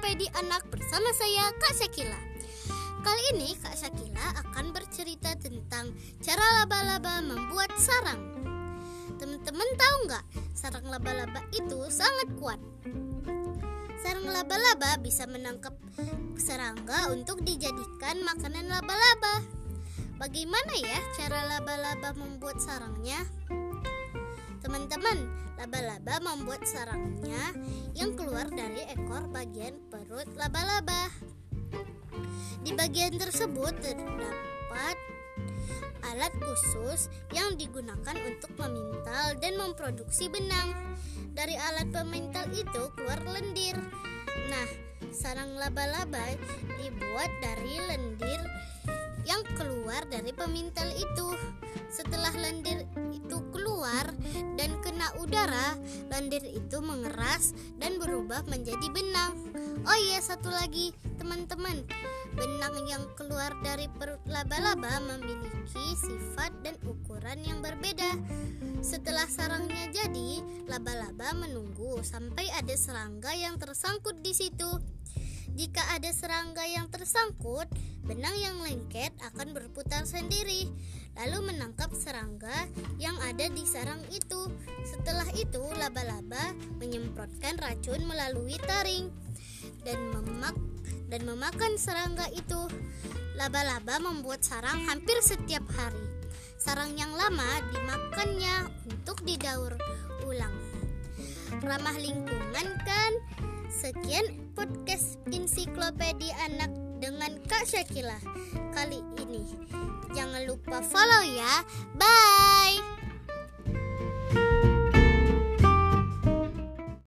Ensiklopedi Anak bersama saya Kak Syakila. Kali ini Kak Syakila akan bercerita tentang cara laba-laba membuat sarang. Teman-teman tahu nggak, sarang laba-laba itu sangat kuat. Sarang laba-laba bisa menangkap serangga untuk dijadikan makanan laba-laba. Bagaimana ya cara laba-laba membuat sarangnya? Teman-teman, laba-laba membuat sarangnya yang keluar dari ekor bagian perut laba-laba. Di bagian tersebut terdapat alat khusus yang digunakan untuk memintal dan memproduksi benang. Dari alat pemintal itu keluar lendir. Nah, sarang laba-laba dibuat dari lendir yang keluar dari pemintal itu. Setelah lendir itu keluar dan kena udara, lendir itu mengeras dan berubah menjadi benang. Oh iya, satu lagi teman-teman, benang yang keluar dari perut laba-laba memiliki sifat dan ukuran yang berbeda. Setelah sarangnya jadi, laba-laba menunggu sampai ada serangga yang tersangkut di situ. Jika ada serangga yang tersangkut, benang yang lengket akan berputar sendiri, lalu menangkap serangga yang ada di sarang itu. Setelah itu, laba-laba menyemprotkan racun melalui taring dan memakan serangga itu. Laba-laba membuat sarang hampir setiap hari. Sarang yang lama dimakannya untuk didaur ulang. Ramah lingkungan kan? Sekian podcast Ensiklopedi Anak dengan Kak Syakila kali ini. Jangan lupa follow ya. Bye.